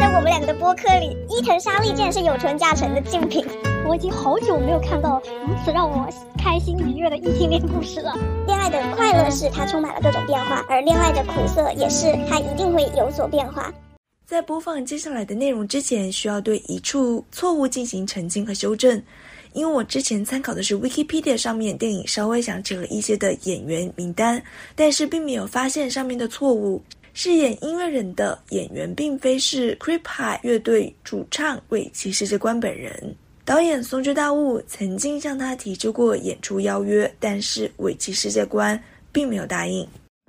我们两个的播客里，伊藤沙莉竟然是有唇加成的竞品。 我已经好久没有看到如此让我开心愉悦的异性恋故事了。 恋爱的快乐是它充满了各种变化，而恋爱的苦涩也是它一定会有所变化。 在播放接下来的内容之前，需要对一处错误进行澄清和修正。因为我之前参考的是 Wikipedia 上面电影稍微想起了一些的演员名单，但是并没有发现上面的错误。饰演音乐人的演员并非是 Creep High 乐队主唱尾崎世界观本人。导演松居大悟曾经向他提出过演出邀约，但是尾崎世界观并没有答应。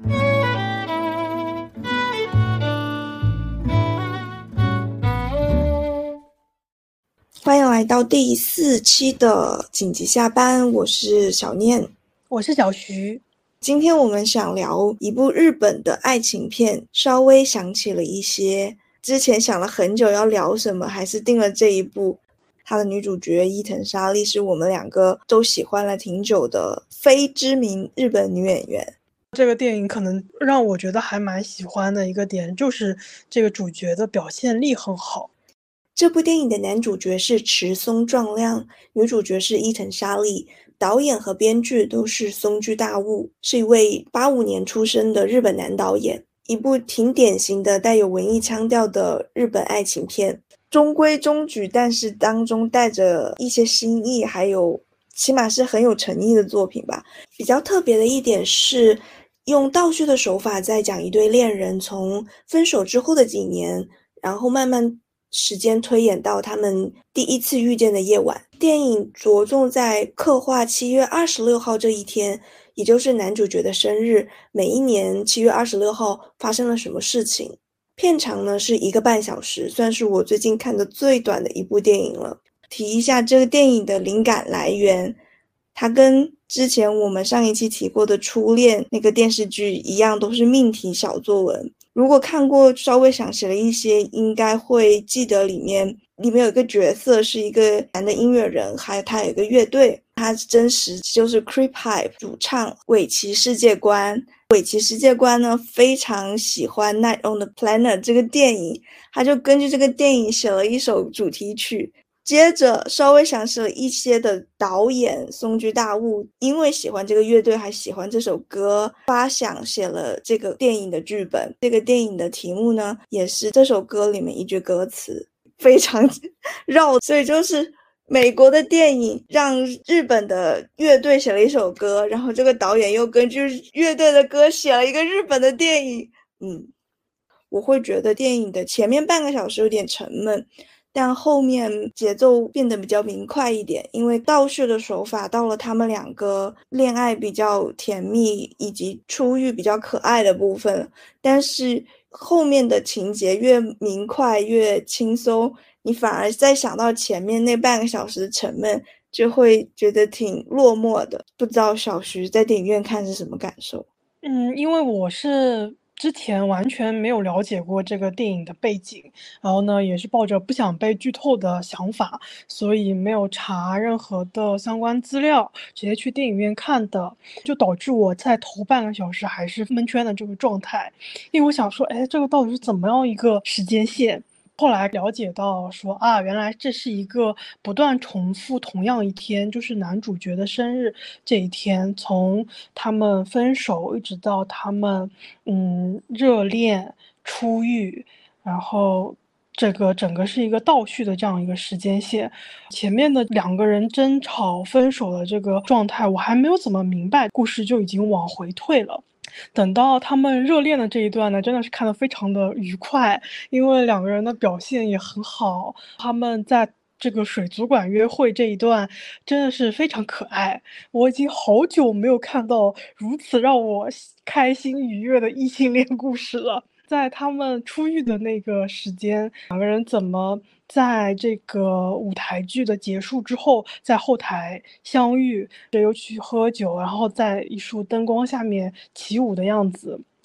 欢迎来到第4期的紧急下班，我是小念， 我是小徐。 今天我们想聊一部日本的爱情片，稍微想起了一些，之前想了很久要聊什么，还是定了这一部。她的女主角伊藤沙莉是我们两个都喜欢了挺久的非知名日本女演员。 这个电影可能让我觉得还蛮喜欢的一个点，就是这个主角的表现力很好。 这部电影的男主角是池松壮亮，女主角是伊藤沙莉，导演和编剧都是松居大悟，是一位85年出生的日本男导演。一部挺典型的带有文艺腔调的日本爱情片，中规中矩，但是当中带着一些新意，还有起码是很有诚意的作品吧。比较特别的一点是用倒叙的手法在讲一对恋人从分手之后的几年，然后慢慢时间推演到他们第一次遇见的夜晚。电影着重在刻画7月26号这一天，也就是男主角的生日，每一年7月26号发生了什么事情。片长呢是1个半小时，算是我最近看的最短的一部电影了。提一下这个电影的灵感来源，它跟之前我们上一期提过的初恋那个电视剧一样，都是命题小作文。如果看过稍微想起了一些，应该会记得里面有一个角色是一个男的音乐人，还有他有一个乐队，他真实就是 Creep High 主唱尾崎世界观。尾崎世界观呢非常喜欢 Night on the Planet 这个电影，他就根据这个电影写了一首主题曲。接着稍微想起了一些的导演松居大悟，因为喜欢这个乐队还喜欢这首歌，发想写了这个电影的剧本。这个电影的题目呢也是这首歌里面一句歌词，非常绕，所以就是美国的电影让日本的乐队写了一首歌，然后这个导演又根据乐队的歌写了一个日本的电影。我会觉得电影的前面半个小时有点沉闷，但后面节奏变得比较明快一点，因为倒叙的手法到了他们两个恋爱比较甜蜜以及初遇比较可爱的部分，但是后面的情节越明快越轻松，你反而在想到前面那半个小时的沉闷，就会觉得挺落寞的。不知道小徐在电影院看是什么感受？ 因为我是之前完全没有了解过这个电影的背景，然后呢也是抱着不想被剧透的想法，所以没有查任何的相关资料，直接去电影院看的，就导致我在头半个小时还是闷圈的这个状态。因为我想说，这个到底是怎么样一个时间线？后来了解到说原来这是一个不断重复同样一天，就是男主角的生日这一天，从他们分手一直到他们热恋初遇，然后这个整个是一个倒叙的这样一个时间线。前面的2个人争吵分手的这个状态我还没有怎么明白，故事就已经往回退了。等到他们热恋的这一段呢，真的是看得非常的愉快，因为2个人的表现也很好，他们在这个水族馆约会这一段真的是非常可爱。我已经好久没有看到如此让我开心愉悦的异性恋故事了。在他们初遇的那个时间，2个人怎么在这个舞台剧的结束之后在后台相遇，又去喝酒，然后在一束灯光下面起舞的样子，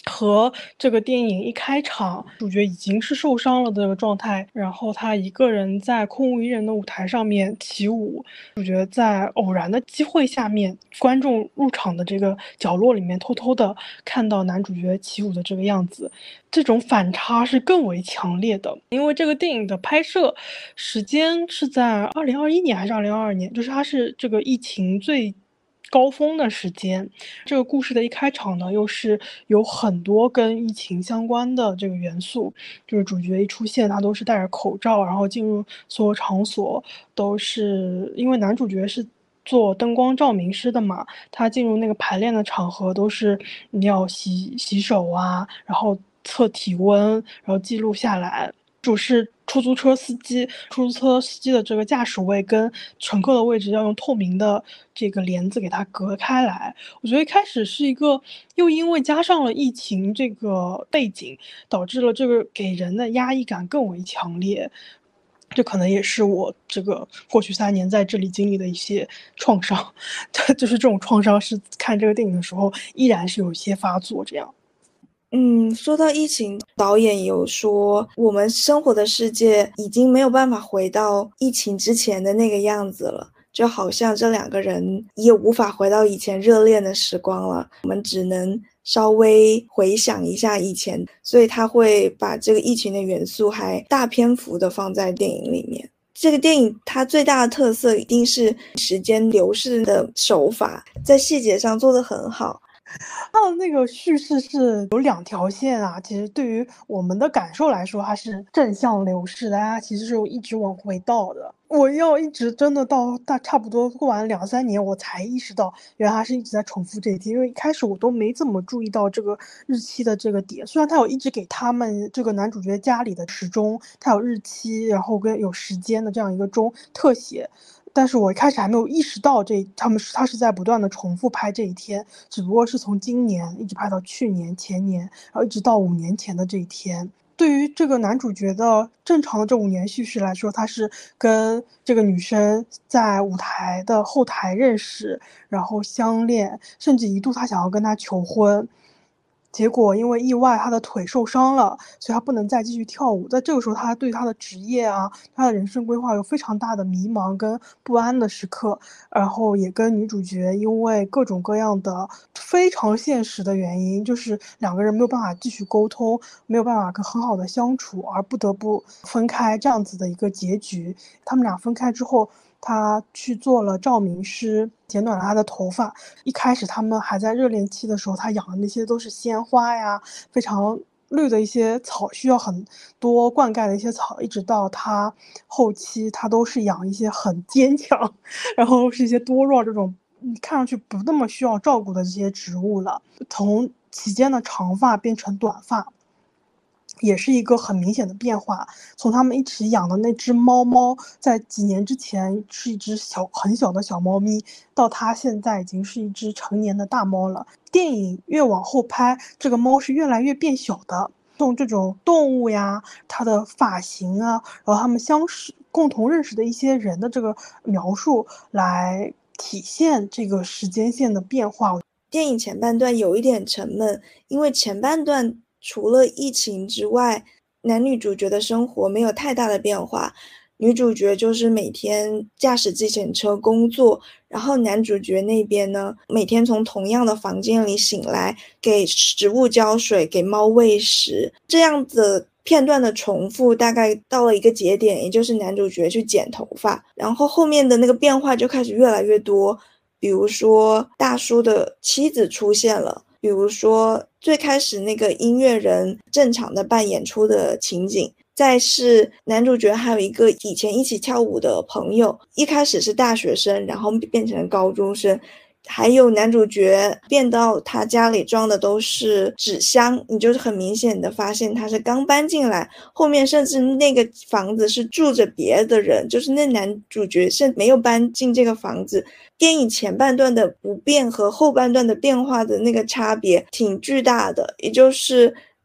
和这个电影一开场，主角已经是受伤了的这个状态，然后他一个人在空无一人的舞台上面起舞。主角在偶然的机会下面，观众入场的这个角落里面偷偷的看到男主角起舞的这个样子，这种反差是更为强烈的。因为这个电影的拍摄时间是在2021年还是2022年，就是它是这个疫情最高峰的时间。这个故事的一开场呢，又是有很多跟疫情相关的这个元素，就是主角一出现，他都是戴着口罩，然后进入所有场所，都是因为男主角是做灯光照明师的嘛，他进入那个排练的场合都是你要洗手啊，然后测体温，然后记录下来。是出租车司机的这个驾驶位跟乘客的位置要用透明的这个帘子给它隔开来。我觉得一开始是一个，又因为加上了疫情这个背景，导致了这个给人的压抑感更为强烈。这可能也是我这个过去3年在这里经历的一些创伤，就是这种创伤是看这个电影的时候依然是有一些发作这样。 说到疫情，导演有说我们生活的世界已经没有办法回到疫情之前的那个样子了，就好像这2个人也无法回到以前热恋的时光了，我们只能稍微回想一下以前，所以他会把这个疫情的元素还大篇幅的放在电影里面。这个电影它最大的特色一定是时间流逝的手法，在细节上做得很好。 它的那个叙事是有2条线啊，其实对于我们的感受来说，它是正向流逝的，它其实是一直往回倒的。我要一直真的到差不多过完2-3年，我才意识到原来它是一直在重复这一天，因为一开始我都没怎么注意到这个日期的这个点。虽然它有一直给他们这个男主角家里的时钟，它有日期，然后跟有时间的这样一个钟特写。但是我一开始还没有意识到他是在不断的重复拍这一天，只不过是从今年一直拍到去年、前年，然后一直到5年前的这一天。对于这个男主角的正常的这5年叙事来说，他是跟这个女生在舞台的后台认识，然后相恋，甚至一度他想要跟她求婚。结果因为意外他的腿受伤了，所以他不能再继续跳舞。在这个时候，他对他的职业啊，他的人生规划有非常大的迷茫跟不安的时刻。然后也跟女主角因为各种各样的非常现实的原因，就是2个人没有办法继续沟通，没有办法很好的相处，而不得不分开这样子的一个结局。他们俩分开之后，他去做了照明师，剪短了他的头发。一开始他们还在热恋期的时候，他养的那些都是鲜花呀，非常绿的一些草，需要很多灌溉的一些草，一直到他后期，他都是养一些很坚强，然后是一些多肉这种看上去不那么需要照顾的这些植物了。从期间的长发变成短发，也是一个很明显的变化。从他们一起养的那只猫，在几年之前是一只很小的小猫咪，到它现在已经是一只成年的大猫了。电影越往后拍，这个猫是越来越变小的。用这种动物呀，它的发型啊，然后他们共同认识的一些人的这个描述，来体现这个时间线的变化。 电影前半段有一点沉闷，因为前半段除了疫情之外，男女主角的生活没有太大的变化。女主角就是每天驾驶计程车工作，然后男主角那边呢，每天从同样的房间里醒来，给植物浇水，给猫喂食，这样子片段的重复，大概到了一个节点，也就是男主角去剪头发，然后后面的那个变化就开始越来越多。比如说大叔的妻子出现了，比如说最开始那个音乐人正常的办演出的情景，再是男主角还有一个以前一起跳舞的朋友，一开始是大学生，然后变成高中生，还有男主角变到他家里装的都是纸箱，你就是很明显的发现他是刚搬进来，后面甚至那个房子是住着别的人，就是那男主角是没有搬进这个房子。电影前半段的不变和后半段的变化的那个差别挺巨大的，也就是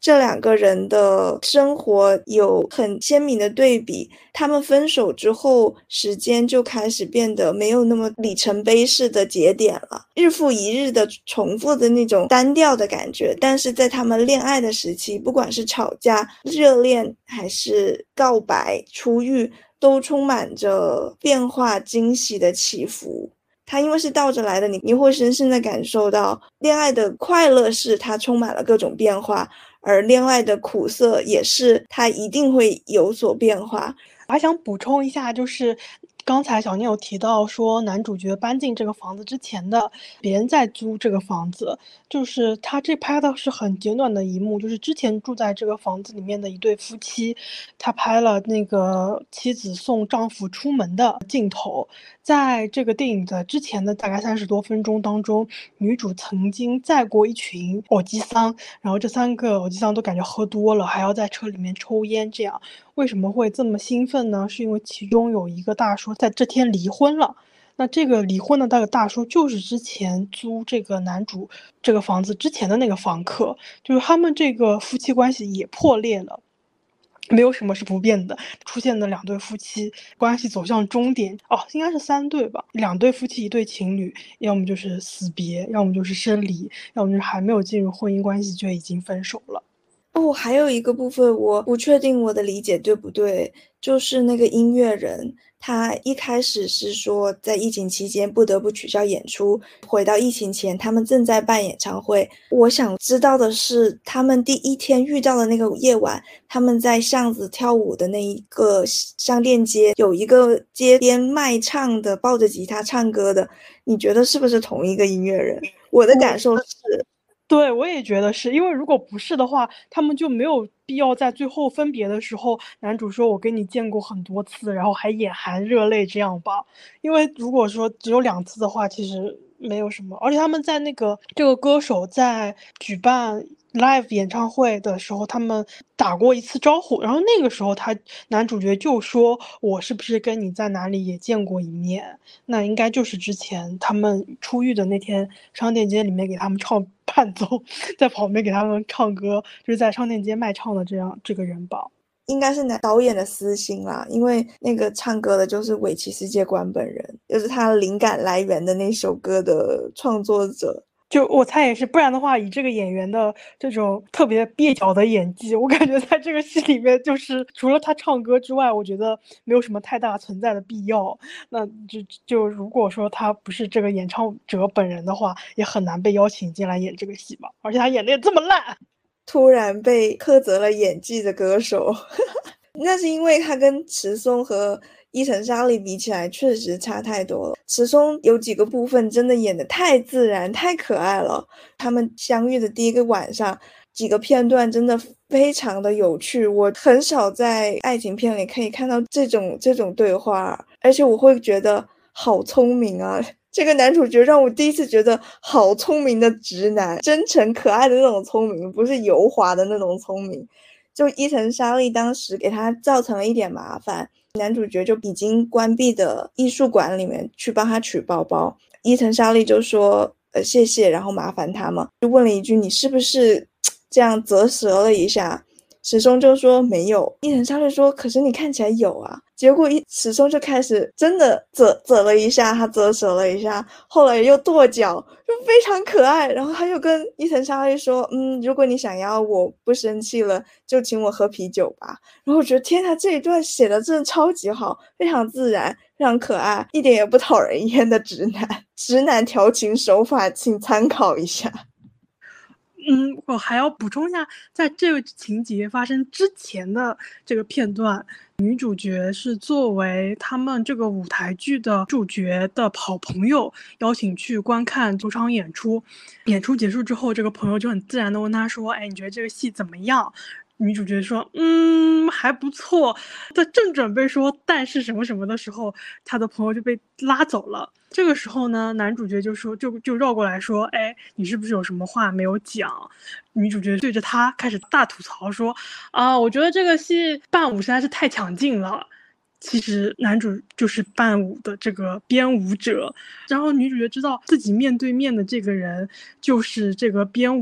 这两个人的生活有很鲜明的对比，他们分手之后，时间就开始变得没有那么里程碑式的节点了，日复一日的重复的那种单调的感觉。但是在他们恋爱的时期，不管是吵架、热恋还是告白、初遇，都充满着变化、惊喜的起伏。它因为是倒着来的，你会深深的感受到恋爱的快乐是它充满了各种变化，而恋爱的苦涩也是它一定会有所变化。 我还想补充一下，就是刚才小念有提到说，男主角搬进这个房子之前的别人在租这个房子，就是他这拍的是很简短的一幕，就是之前住在这个房子里面的一对夫妻，他拍了那个妻子送丈夫出门的镜头。在这个电影的之前的大概30多分钟当中，女主曾经载过一群偶吉桑，然后这3个偶吉桑都感觉喝多了，还要在车里面抽烟，这样为什么会这么兴奋呢？是因为其中有一个大叔在这天离婚了。那这个离婚的那个大叔就是之前租这个男主这个房子之前的那个房客，就是他们这个夫妻关系也破裂了。没有什么是不变的，出现的2对夫妻关系走向终点，应该是3对吧，2对夫妻1对情侣，要么就是死别，要么就是生离，要么就是还没有进入婚姻关系就已经分手了。 还有一个部分我不确定我的理解对不对，就是那个音乐人，他一开始是说在疫情期间不得不取消演出，回到疫情前他们正在办演唱会。我想知道的是，他们第一天遇到的那个夜晚，他们在巷子跳舞的那一个商店街，有一个街边卖唱的，抱着吉他唱歌的，你觉得是不是同一个音乐人？我的感受是， 对，我也觉得是，因为如果不是的话，他们就没有必要在最后分别的时候，男主说我跟你见过很多次，然后还眼含热泪这样吧。因为如果说只有2次的话，其实没有什么。而且他们在这个歌手在举办 live 演唱会的时候，他们打过1次招呼，然后那个时候男主角就说我是不是跟你在哪里也见过一面，那应该就是之前他们出狱的那天商店街里面给他们唱伴奏，在旁边给他们唱歌，就是在商店街卖唱的这个人吧。 应该是导演的私心啦，因为那个唱歌的就是尾崎世界观本人，就是他灵感来源的那首歌的创作者。 就我猜也是，不然的话，以这个演员的这种特别蹩脚的演技，我感觉在这个戏里面，就是除了他唱歌之外，我觉得没有什么太大存在的必要。那就如果说他不是这个演唱者本人的话，也很难被邀请进来演这个戏吧。而且他演的也这么烂， 突然被苛责了演技的歌手，那是因为他跟池松和伊藤沙莉比起来确实差太多了。池松有几个部分真的演得太自然太可爱了，他们相遇的第一个晚上几个片段真的非常的有趣，我很少在爱情片里可以看到这种对话，而且我会觉得好聪明啊，这个男主角让我第一次觉得好聪明的直男，真诚可爱的那种聪明，不是油滑的那种聪明。就伊藤沙莉当时给他造成了一点麻烦，男主角就已经关闭的艺术馆里面去帮他取包包，伊藤沙莉就说谢谢，然后麻烦他嘛，就问了一句你是不是这样啧舌了一下，池松就说没有，伊藤沙莉说可是你看起来有啊，结果池松就开始真的啧了一下，他啧舌了一下，后来又跺脚，就非常可爱。然后他又跟伊藤沙莉说如果你想要我不生气了就请我喝啤酒吧。然后我觉得天哪，这一段写的真的超级好，非常自然，非常可爱，一点也不讨人厌的直男调情手法请参考一下。 我还要补充一下，在这个情节发生之前的这个片段，女主角是作为他们这个舞台剧的主角的好朋友邀请去观看首场演出。演出结束之后，这个朋友就很自然的问她说：“哎，你觉得这个戏怎么样？”女主角说：“还不错。”在正准备说“但是什么什么”的时候，她的朋友就被拉走了。这个时候呢，男主角就绕过来说：“哎，你是不是有什么话没有讲？”女主角对着他开始大吐槽说：“我觉得这个戏伴舞实在是太抢镜了。”其实男主就是伴舞的这个编舞者，然后女主角知道自己面对面的这个人就是这个编舞的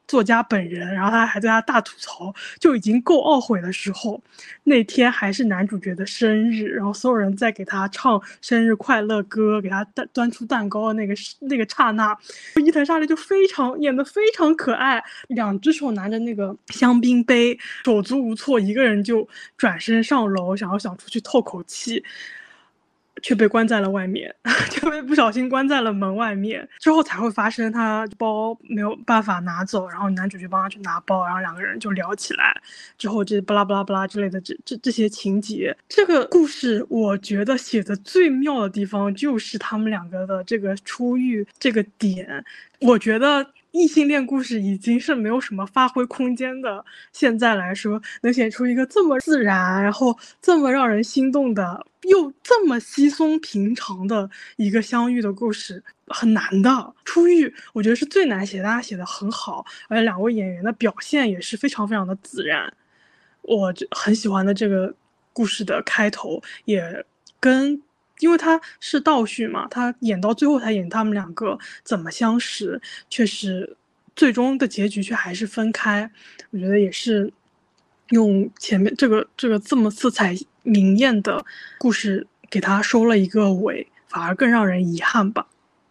作家本人，然后他还对他大吐槽，就已经够懊悔的时候，那天还是男主角的生日，然后所有人在给他唱生日快乐歌，给他端出蛋糕的那个刹那，伊藤沙莉就演得非常可爱，两只手拿着那个香槟杯，手足无措，一个人就转身上楼，想出去透口气。却被关在了外面，就被不小心关在了门外面。之后才会发生他包没有办法拿走，然后男主角帮他去拿包，然后两个人就聊起来。之后这巴拉巴拉巴拉之类的这些情节，这个故事我觉得写的最妙的地方就是他们两个的这个出狱这个点。我觉得异性恋故事已经是没有什么发挥空间的，现在来说能写出一个这么自然，然后这么让人心动的，又这么稀松平常的一个相遇的故事，很难的。出狱我觉得是最难写，大家写得很好，而且两位演员的表现也是非常非常的自然。我很喜欢的这个故事的开头也因为他是倒叙嘛，他演到最后才演他们两个怎么相识，确实最终的结局却还是分开。我觉得也是用前面这个这么色彩明艳的故事给他收了一个尾，反而更让人遗憾吧。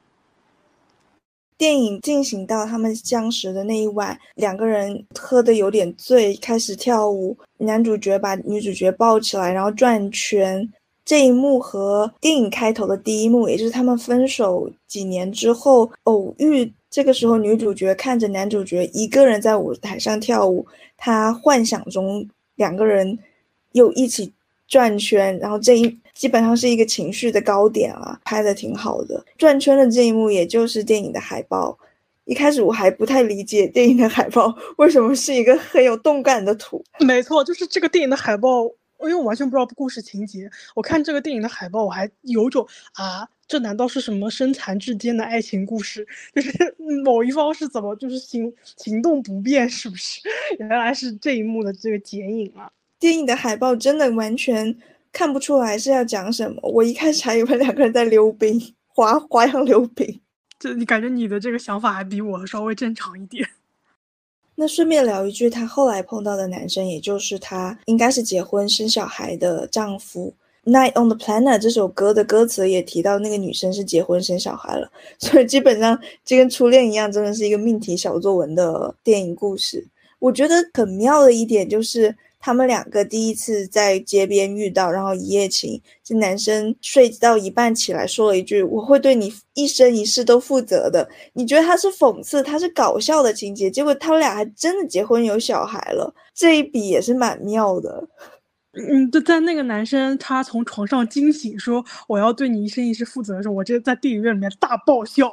电影进行到他们相识的那一晚，两个人喝得有点醉，开始跳舞，男主角把女主角抱起来然后转圈。这一幕和电影开头的第一幕，也就是他们分手几年之后偶遇，这个时候女主角看着男主角一个人在舞台上跳舞，她幻想中两个人又一起转圈，然后基本上是一个情绪的高点啊，拍得挺好的。转圈的这一幕也就是电影的海报，一开始我还不太理解电影的海报为什么是一个很有动感的图。 没错，就是这个电影的海报，因为我完全不知道故事情节，我看这个电影的海报我还有种这难道是什么身残志坚的爱情故事，就是某一方是怎么就是行动不便，是不是？原来是这一幕的这个剪影啊。 电影的海报真的完全看不出来是要讲什么，我一开始还以为两个人在溜冰，滑洋溜冰。 你感觉你的这个想法还比我稍微正常一点。 那顺便聊一句，她后来碰到的男生，也就是她应该是结婚生小孩的丈夫。Night on the Planet 这首歌的歌词也提到那个女生是结婚生小孩了，所以基本上这跟初恋一样，真的是一个命题小作文的电影故事。我觉得很妙的一点就是他们两个第一次在街边遇到，然后一夜情，这男生睡到一半起来说了一句我会对你一生一世都负责的。你觉得他是讽刺，他是搞笑的情节，结果他们俩还真的结婚有小孩了，这一笔也是蛮妙的。 在那个男生他从床上惊醒说我要对你一生一世负责的时候，我这在电影院里面大爆笑，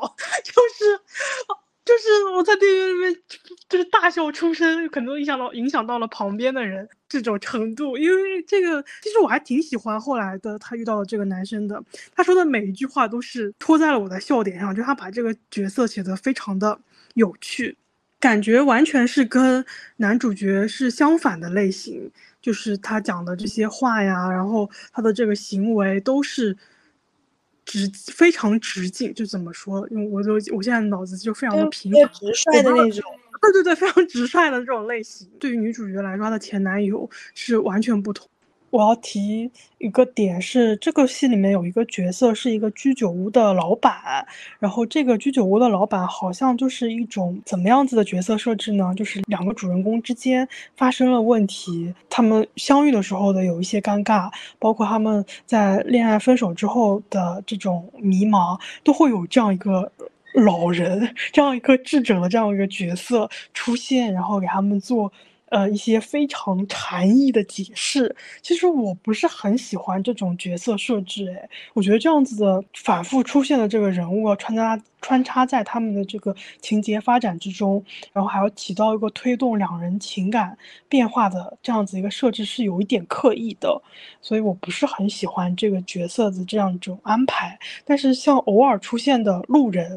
就是我在电影院里面就是大笑出声，可能影响到了旁边的人这种程度。因为这个其实我还挺喜欢后来的他遇到的这个男生的，他说的每一句话都是戳在了我的笑点上，就他把这个角色写得非常的有趣，感觉完全是跟男主角是相反的类型，就是他讲的这些话呀，然后他的这个行为都是非常直径，就怎么说？因为我现在脑子就非常的平凡， 直率的那种。 对，非常直率的这种类型。对于女主角来说，她的前男友是完全不同。我要提一个点是，这个戏里面有一个角色是一个居酒屋的老板，然后这个居酒屋的老板好像就是一种怎么样子的角色设置呢？就是两个主人公之间发生了问题，他们相遇的时候的有一些尴尬，包括他们在恋爱分手之后的这种迷茫，都会有这样一个老人，这样一个智者的这样一个角色出现，然后给他们做一些非常禅意的解释。其实我不是很喜欢这种角色设置，我觉得这样子的反复出现的这个人物穿插在他们的这个情节发展之中，然后还要起到一个推动两人情感变化的这样子一个设置，是有一点刻意的，所以我不是很喜欢这个角色的这样一种安排。但是像偶尔出现的路人，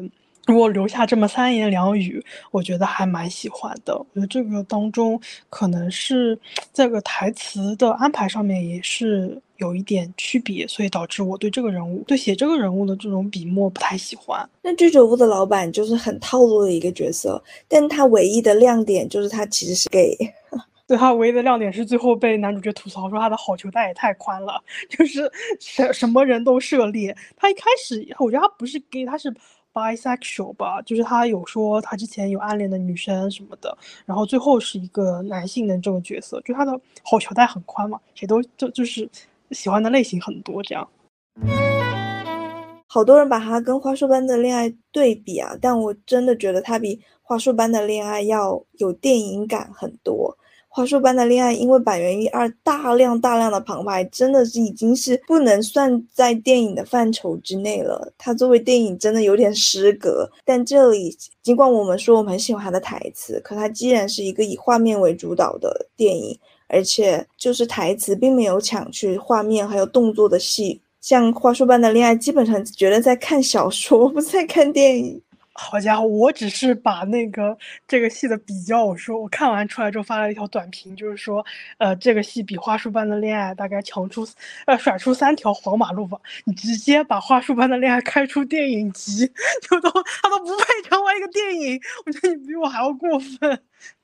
如果留下这么三言两语，我觉得还蛮喜欢的。我觉得这个当中可能是这个台词的安排上面也是有一点区别，所以导致我对这个人物，对写这个人物的这种笔墨不太喜欢。 那居酒屋的老板就是很套路的一个角色，但他唯一的亮点就是他其实是 gay。 对，他唯一的亮点是最后被男主角吐槽说他的好球带也太宽了，就是什么人都涉猎。他一开始我觉得他不是 gay， 他是 bisexual 吧，就是他有说他之前有暗恋的女生什么的，然后最后是一个男性的这个角色，就他的好球带很宽嘛，谁都就是喜欢的类型很多这样。 好多人把它跟花束般的恋爱对比啊，但我真的觉得它比花束般的恋爱要有电影感很多。花束般的恋爱因为板垣瑞二大量的旁白，真的是已经是不能算在电影的范畴之内了，它作为电影真的有点失格。但这里尽管我们说我们很喜欢它的台词，可它既然是一个以画面为主导的电影，而且就是台词并没有抢去画面还有动作的戏，像花束般的恋爱基本上觉得在看小说，不是在看电影。 好家伙，我只是把这个戏的比较，我看完出来之后发了一条短评，就是说，这个戏比花束般的恋爱大概甩出3条黄马路吧。你直接把花束般的恋爱开出电影集，它都不配成为一个电影，我觉得你比我还要过分。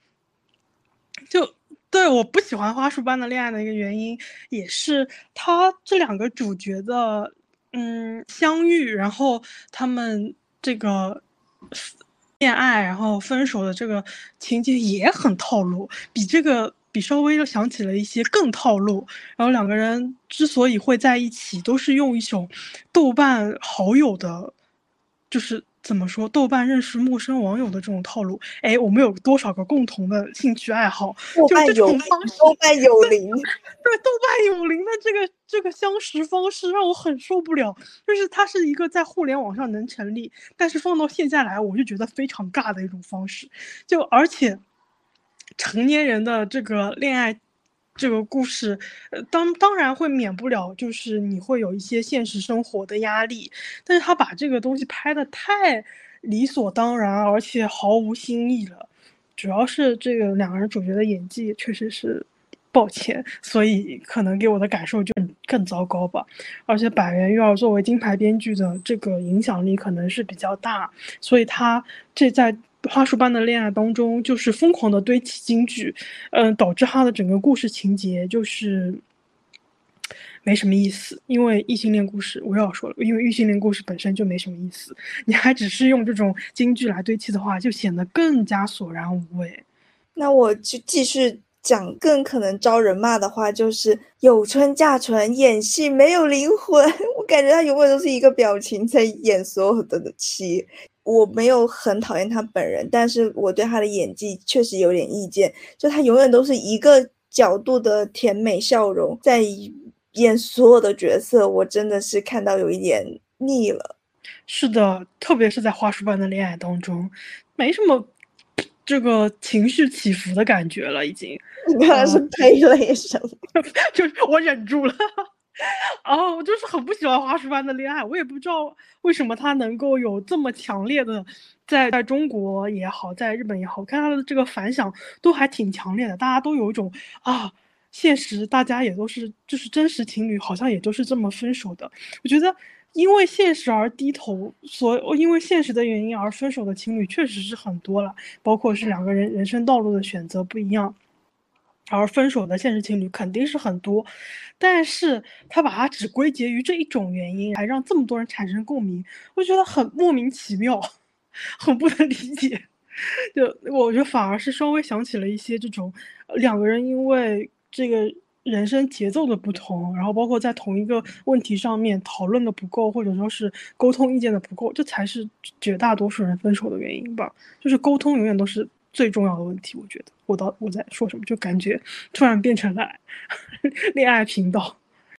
对，我不喜欢花束般的恋爱的一个原因，也是他这两个主角的相遇，然后他们这个恋爱然后分手的这个情节也很套路，比稍微想起了一些更套路。然后两个人之所以会在一起，都是用一种豆瓣好友的，就是怎么说，豆瓣认识陌生网友的这种套路。哎，我们有多少个共同的兴趣爱好？就这种方式， 豆瓣有灵。 对，豆瓣有灵的这个相识方式让我很受不了。就是它是一个在互联网上能成立，但是放到线下来，我就觉得非常尬的一种方式。而且成年人的这个恋爱这个故事，当然会免不了就是你会有一些现实生活的压力，但是他把这个东西拍得太理所当然，而且毫无新意了。主要是这个两个人主角的演技确实是抱歉，所以可能给我的感受就更糟糕吧。而且板垣瑞二作为金牌编剧的这个影响力可能是比较大，所以他在花束般的恋爱当中就是疯狂的堆砌金句，导致他的整个故事情节就是没什么意思。因为异性恋故事，我又要说了，因为异性恋故事本身就没什么意思，你还只是用这种金句来堆砌的话，就显得更加索然无味。 那我就继续讲更可能招人骂的话，就是有春嫁纯演戏没有灵魂。我感觉他永远都是一个表情在演所有的戏。我没有很讨厌他本人，但是我对他的演技确实有点意见，就他永远都是一个角度的甜美笑容在演所有的角色，我真的是看到有一点腻了。 是的，特别是在花束般的恋爱当中，没什么这个情绪起伏的感觉了，已经。 你看是呸了一声， 就是我忍住了。我就是很不喜欢花束般的恋爱，我也不知道为什么他能够有这么强烈的，在中国也好，在日本也好，看他的这个反响都还挺强烈的，大家都有一种现实大家也都是就是真实情侣好像也都是这么分手的。我觉得因为现实而低头，因为现实的原因而分手的情侣确实是很多了，包括是两个人人生道路的选择不一样而分手的现实情侣肯定是很多，但是他把它只归结于这一种原因，还让这么多人产生共鸣，我觉得很莫名其妙，很不能理解。我觉得反而是稍微想起了一些这种两个人因为这个人生节奏的不同，然后包括在同一个问题上面讨论的不够，或者说是沟通意见的不够，这才是绝大多数人分手的原因吧。就是沟通永远都是最重要的问题，我觉得。我在说什么，就感觉突然变成了恋爱频道。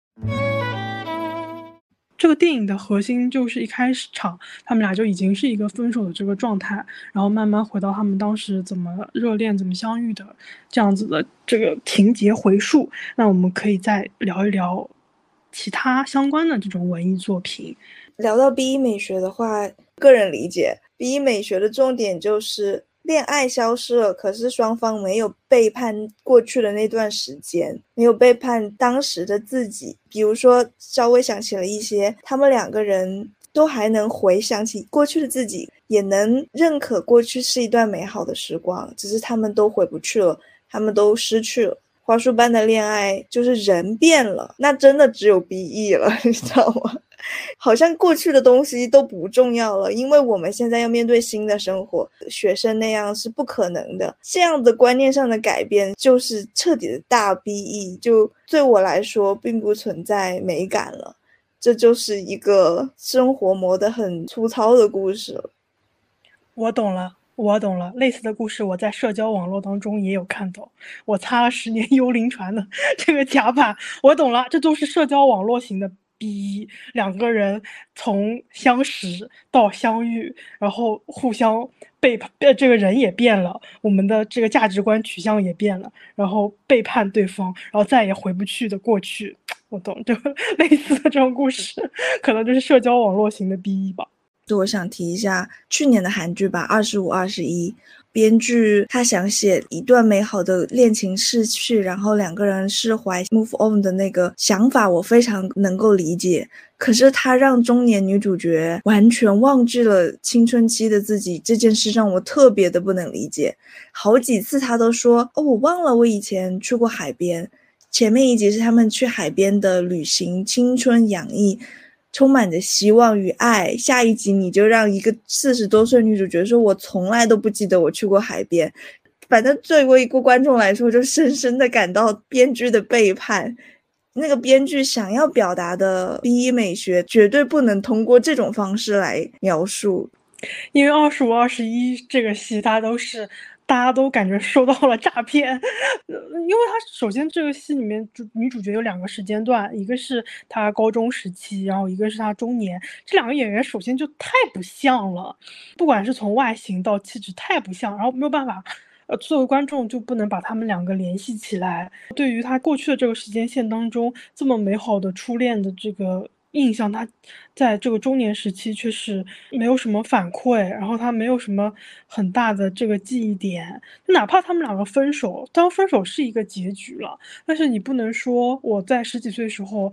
这个电影的核心就是一开始场他们俩就已经是一个分手的这个状态，然后慢慢回到他们当时怎么热恋怎么相遇的这样子的这个情节回溯。那我们可以再聊一聊其他相关的这种文艺作品。 聊到 BE 美学的话， 个人理解，BE美学的重点就是恋爱消失了，可是双方没有背叛过去的那段时间，没有背叛当时的自己。比如说稍微想起了一些，他们两个人都还能回想起过去的自己，也能认可过去是一段美好的时光，只是他们都回不去了，他们都失去了。花束般的恋爱就是人变了，那真的只有 BE 了，你知道吗？好像过去的东西都不重要了，因为我们现在要面对新的生活，学生那样是不可能的。这样的观念上的改变就是彻底的大 BE， 就对我来说并不存在美感了。这就是一个生活磨得很粗糙的故事了。 我懂了，类似的故事我在社交网络当中也有看到。我擦了10年幽灵船的这个甲板，我懂了，这都是社交网络型的BE，两个人从相识到相遇，然后互相这个人也变了，我们的这个价值观取向也变了，然后背叛对方，然后再也回不去的过去。我懂，就类似的这种故事，可能就是社交网络型的 BE 吧。 我想提一下去年的韩剧吧，25-21，编剧他想写一段美好的恋情逝去，然后两个人释怀 move on 的那个想法，我非常能够理解。可是他让中年女主角完全忘记了青春期的自己，这件事让我特别的不能理解。好几次他都说，我忘了我以前去过海边。前面一集是他们去海边的旅行，青春洋溢，充满着希望与爱。下一集你就让一个40多岁女主角说，我从来都不记得我去过海边。反正作为一个观众来说，就深深的感到编剧的背叛。那个编剧想要表达的 BE 美学绝对不能通过这种方式来描述。 因为25-21这个戏大家都感觉受到了诈骗，因为他首先这个戏里面女主角有2个时间段，一个是她高中时期，然后一个是她中年。这2个演员首先就太不像了，不管是从外形到气质太不像，然后没有办法作为观众就不能把他们2个联系起来。对于他过去的这个时间线当中这么美好的初恋的这个印象，他在这个中年时期却是没有什么反馈，然后他没有什么很大的这个记忆点。哪怕他们2个分手，当分手是一个结局了，但是你不能说我在10几岁时候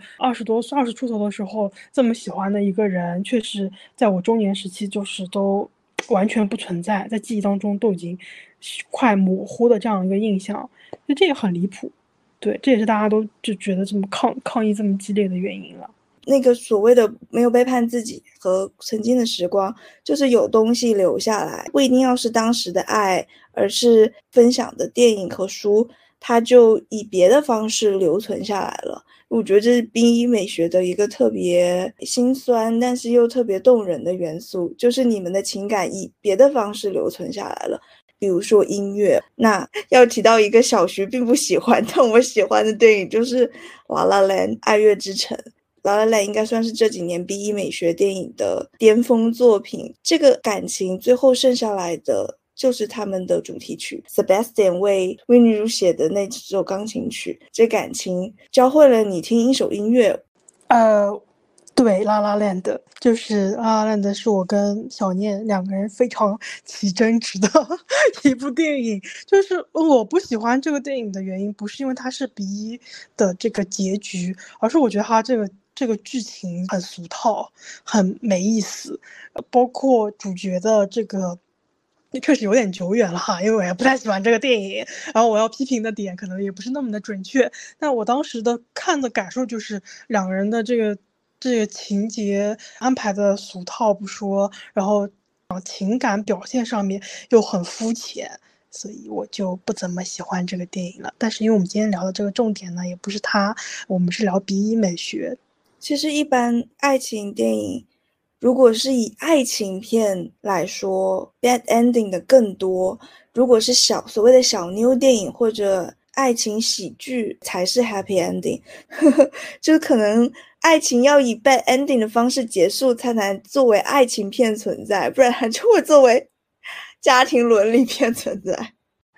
20出头的时候这么喜欢的一个人，确实在我中年时期就是都完全不存在，在记忆当中都已经快模糊的这样一个印象，就这也很离谱。对，这也是大家都就觉得这么抗议这么激烈的原因了。 那个所谓的没有背叛自己和曾经的时光，就是有东西留下来，不一定要是当时的爱，而是分享的电影和书，它就以别的方式留存下来了。我觉得这是BE美学的一个特别心酸但是又特别动人的元素，就是你们的情感以别的方式留存下来了。比如说音乐，那要提到一个小徐并不喜欢但我喜欢的电影，就是《La La Land》爱乐之城。La La Land应该算是这几年 BE 美学电影的巅峰作品。这个感情最后剩下来的就是他们的主题曲 Sebastian 为女主写的那首钢琴曲，这感情教会了你听一首音乐。 对，La La Land 就是La La Land是我跟小念2个人非常起争执的一部电影。就是我不喜欢这个电影的原因，不是因为它是BE的这个结局，而是我觉得它这个剧情很俗套，很没意思，包括主角的这个确实有点久远了哈，因为我也不太喜欢这个电影，然后我要批评的点可能也不是那么的准确。但我当时的看的感受就是2个人的这个情节安排的俗套不说，然后情感表现上面又很肤浅，所以我就不怎么喜欢这个电影了。但是因为我们今天聊的这个重点呢，也不是它，我们是聊BE美学。 其实一般爱情电影，如果是以爱情片来说 bad ending 的更多，如果是所谓的小妞电影或者爱情喜剧才是 happy ending 就可能爱情要以 bad ending 的方式结束才能作为爱情片存在，不然它就会作为家庭伦理片存在。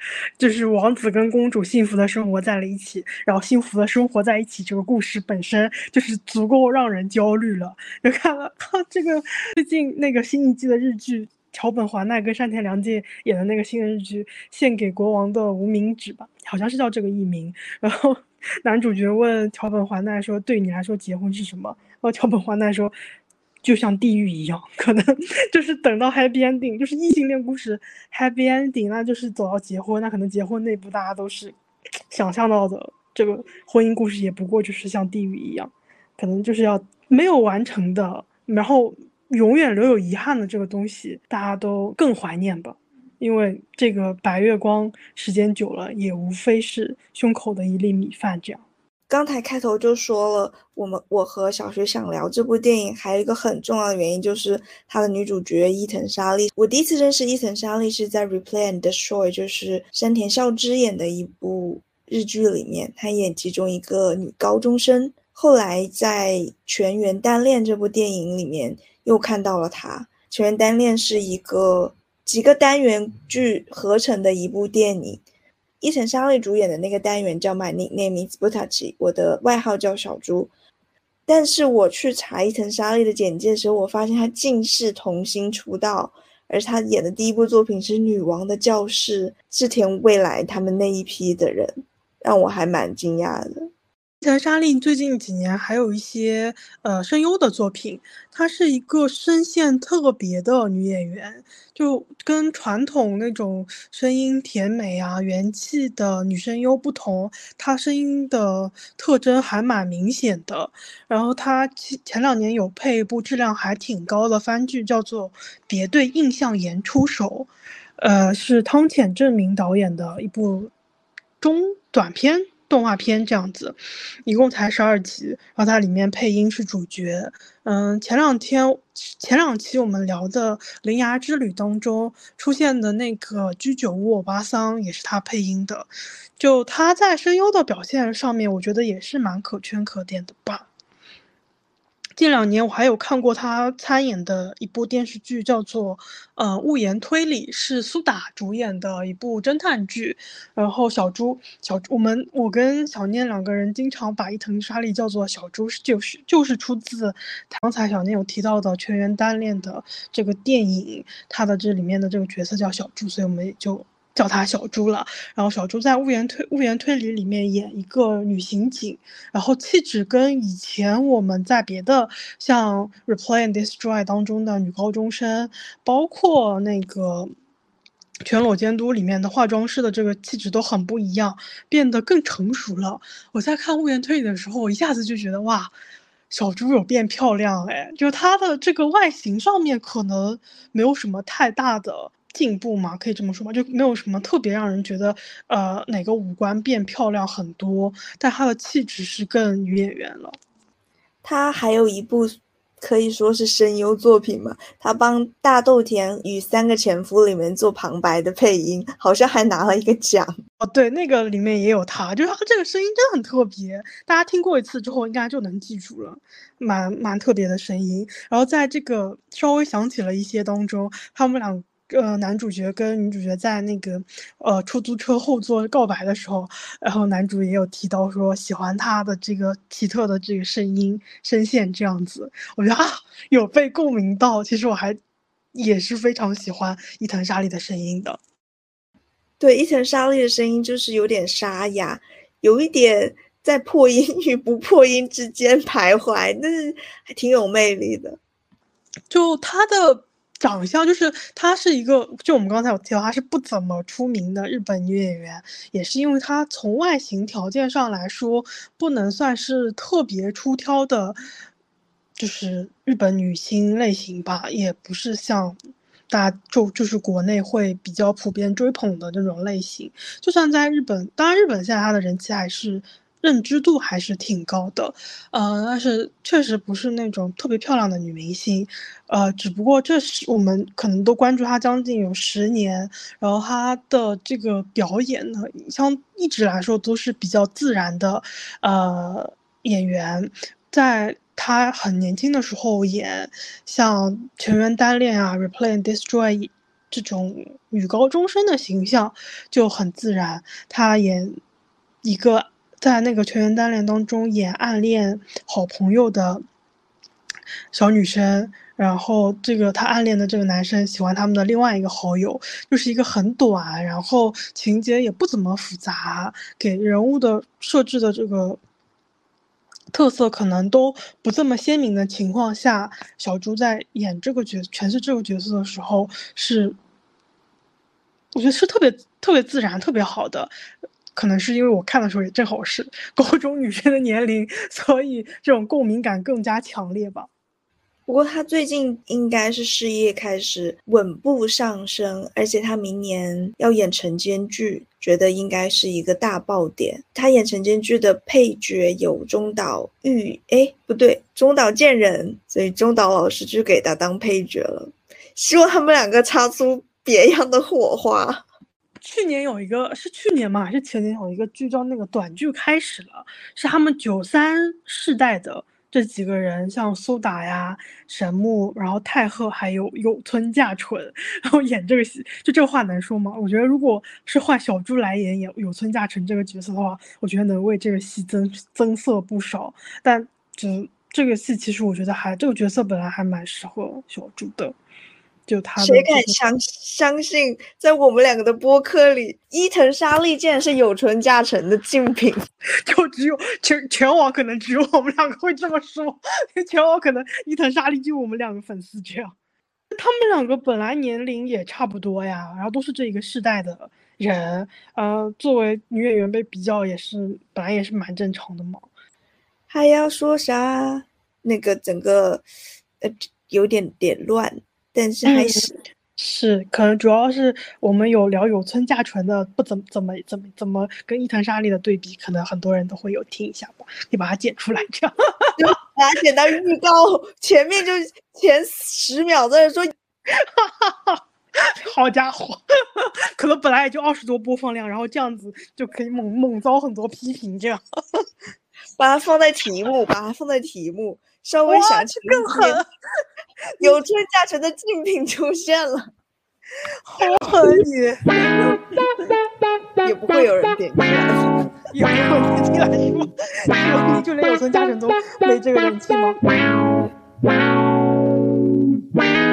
就是王子跟公主幸福的生活在了一起，然后幸福的生活在一起这个故事本身就是足够让人焦虑了。就看了这个最近那个新一季的日剧，桥本环奈跟山田凉介演的那个新的日剧《献给国王的无名指》吧，好像是叫这个译名。然后男主角问桥本环奈说：“对你来说结婚是什么？”然后桥本环奈说：“就像地狱一样，可能就是等到 happy ending， 就是异性恋故事 happy ending， 那就是走到结婚，那可能结婚那步大家都是想象到的，这个婚姻故事也不过就是像地狱一样，可能就是要没有完成的，然后永远留有遗憾的这个东西，大家都更怀念吧。因为这个白月光时间久了，也无非是胸口的一粒米饭这样。 刚才开头就说了，我和小学想聊这部电影，还有一个很重要的原因就是它的女主角伊藤沙莉。我第一次认识伊藤沙莉是在《Replay and Destroy》，就是山田孝之演的一部日剧里面，她演其中一个女高中生。后来在《全员单恋》这部电影里面又看到了她。《全员单恋》是一个几个单元剧合成的一部电影。伊藤沙莉主演的那个单元叫 My Nickname is Butachi， 我的外号叫小猪。但是我去查伊藤沙莉的简介的时候，我发现她竟是童星出道，而她演的第一部作品是《女王的教室》，志田未来他们那一批的人，让我还蛮惊讶的。 伊藤沙莉最近几年还有一些声优的作品，她是一个声线特别的女演员，就跟传统那种声音甜美啊、元气的女声优不同，她声音的特征还蛮明显的。然后她前2年有配一部质量还挺高的番剧，叫做《别对印象岩出手》，是汤浅政明导演的一部中短片。动画片这样子，一共才12集，然后它里面配音是主角。前两期我们聊的《铃芽之旅》当中出现的那个居酒屋欧巴桑也是他配音的，就他在声优的表现上面，我觉得也是蛮可圈可点的吧。近2年我还有看过他参演的一部电视剧，叫做《误言推理》，是苏打主演的一部侦探剧。然后我跟小念2个人经常把伊藤沙莉叫做小猪，就是出自刚才小念有提到的《全员单恋》的这个电影，他的这里面的这个角色叫小猪，所以我们也就叫她小猪了。然后小猪在误言推理里面演一个女刑警，然后气质跟以前我们在别的像 Replay and Destroy 当中的女高中生，包括那个全裸监督里面的化妆师的这个气质都很不一样，变得更成熟了。我在看误言推理的时候，我一下子就觉得哇，小猪有变漂亮哎，就她的这个外形上面可能没有什么太大的进步嘛，可以这么说吗？就没有什么特别让人觉得哪个五官变漂亮很多，但她的气质是更女演员了。 她还有一部可以说是声优作品嘛，她帮大豆田与3个前夫里面做旁白的配音，好像还拿了一个奖。 哦，对，那个里面也有她，就是她这个声音真的很特别，大家听过一次之后应该就能记住了，蛮特别的声音。然后在这个稍微想起了一些当中，他们两个男主角跟女主角在那个出租车后座告白的时候，然后男主也有提到说喜欢他的这个奇特的这个声音声线这样子，我觉得有被共鸣到。其实我还也是非常喜欢伊藤沙莉的声音的。 对，伊藤沙莉的声音就是有点沙哑，有一点在破音与不破音之间徘徊，但是还挺有魅力的。 就她的长相，就是她是一个，就我们刚才有提到，她是不怎么出名的日本女演员，也是因为她从外形条件上来说，不能算是特别出挑的，就是日本女星类型吧，也不是像就是国内会比较普遍追捧的这种类型。就算在日本，当然日本现在它的人气还是认知度还是挺高的，但是确实不是那种特别漂亮的女明星，只不过这是我们可能都关注她将近有10年，然后她的这个表演呢，像一直来说都是比较自然的，演员。在他很年轻的时候演像《全员单恋》啊、《Replay and Destroy》 这种女高中生的形象就很自然。她演一个在那个全员单恋当中演暗恋好朋友的小女生，然后她暗恋的这个男生喜欢他们的另外一个好友，就是一个很短，然后情节也不怎么复杂，给人物的设置的这个特色可能都不这么鲜明的情况下，小猪在诠释这个角色的时候，我觉得是特别自然、特别好的。可能是因为我看的时候也正好是高中女生的年龄，所以这种共鸣感更加强烈吧。 不过他最近应该是事业开始稳步上升，而且他明年要演晨间剧，觉得应该是一个大爆点。他演晨间剧的配角有中岛健人，所以中岛老师就给他当配角了。希望他们两个擦出别样的火花。 去年吗？还是前年有一个剧叫那个短剧开始了，是他们93世代的这几个人，像苏打呀、神木，然后太赫还有有村架纯，然后演这个戏，就这个话难说吗？我觉得如果是换小猪来演有村架纯这个角色的话，我觉得能为这个戏增色不少。但这个戏其实我觉得这个角色本来还蛮适合小猪的。就他谁敢相信在我们两个的播客里，伊藤沙莉竟然是有村架纯的竞品？ 就只有全网可能只有我们两个会这么说，全网可能伊藤沙莉就我们两个粉丝这样。他们两个本来年龄也差不多呀，然后都是这一个世代的人，作为女演员被比较本来也是蛮正常的嘛。 还要说啥？那个整个有点乱。但是还是可能主要是我们有聊有村架纯的不怎么跟伊藤沙莉的对比，可能很多人都会有听一下吧，你把它剪出来这样， 就把它剪到预告前面，就前10秒在说， 好家伙，可能本来也就20多播放量，然后这样子就可以猛遭很多批评，这样把它放在题目，稍微想起更狠。 有村架纯的竞品出现了， 好狠你！ 也不会有人点进来， 也不会有人进来说，就连有村架纯都没这个人气吗？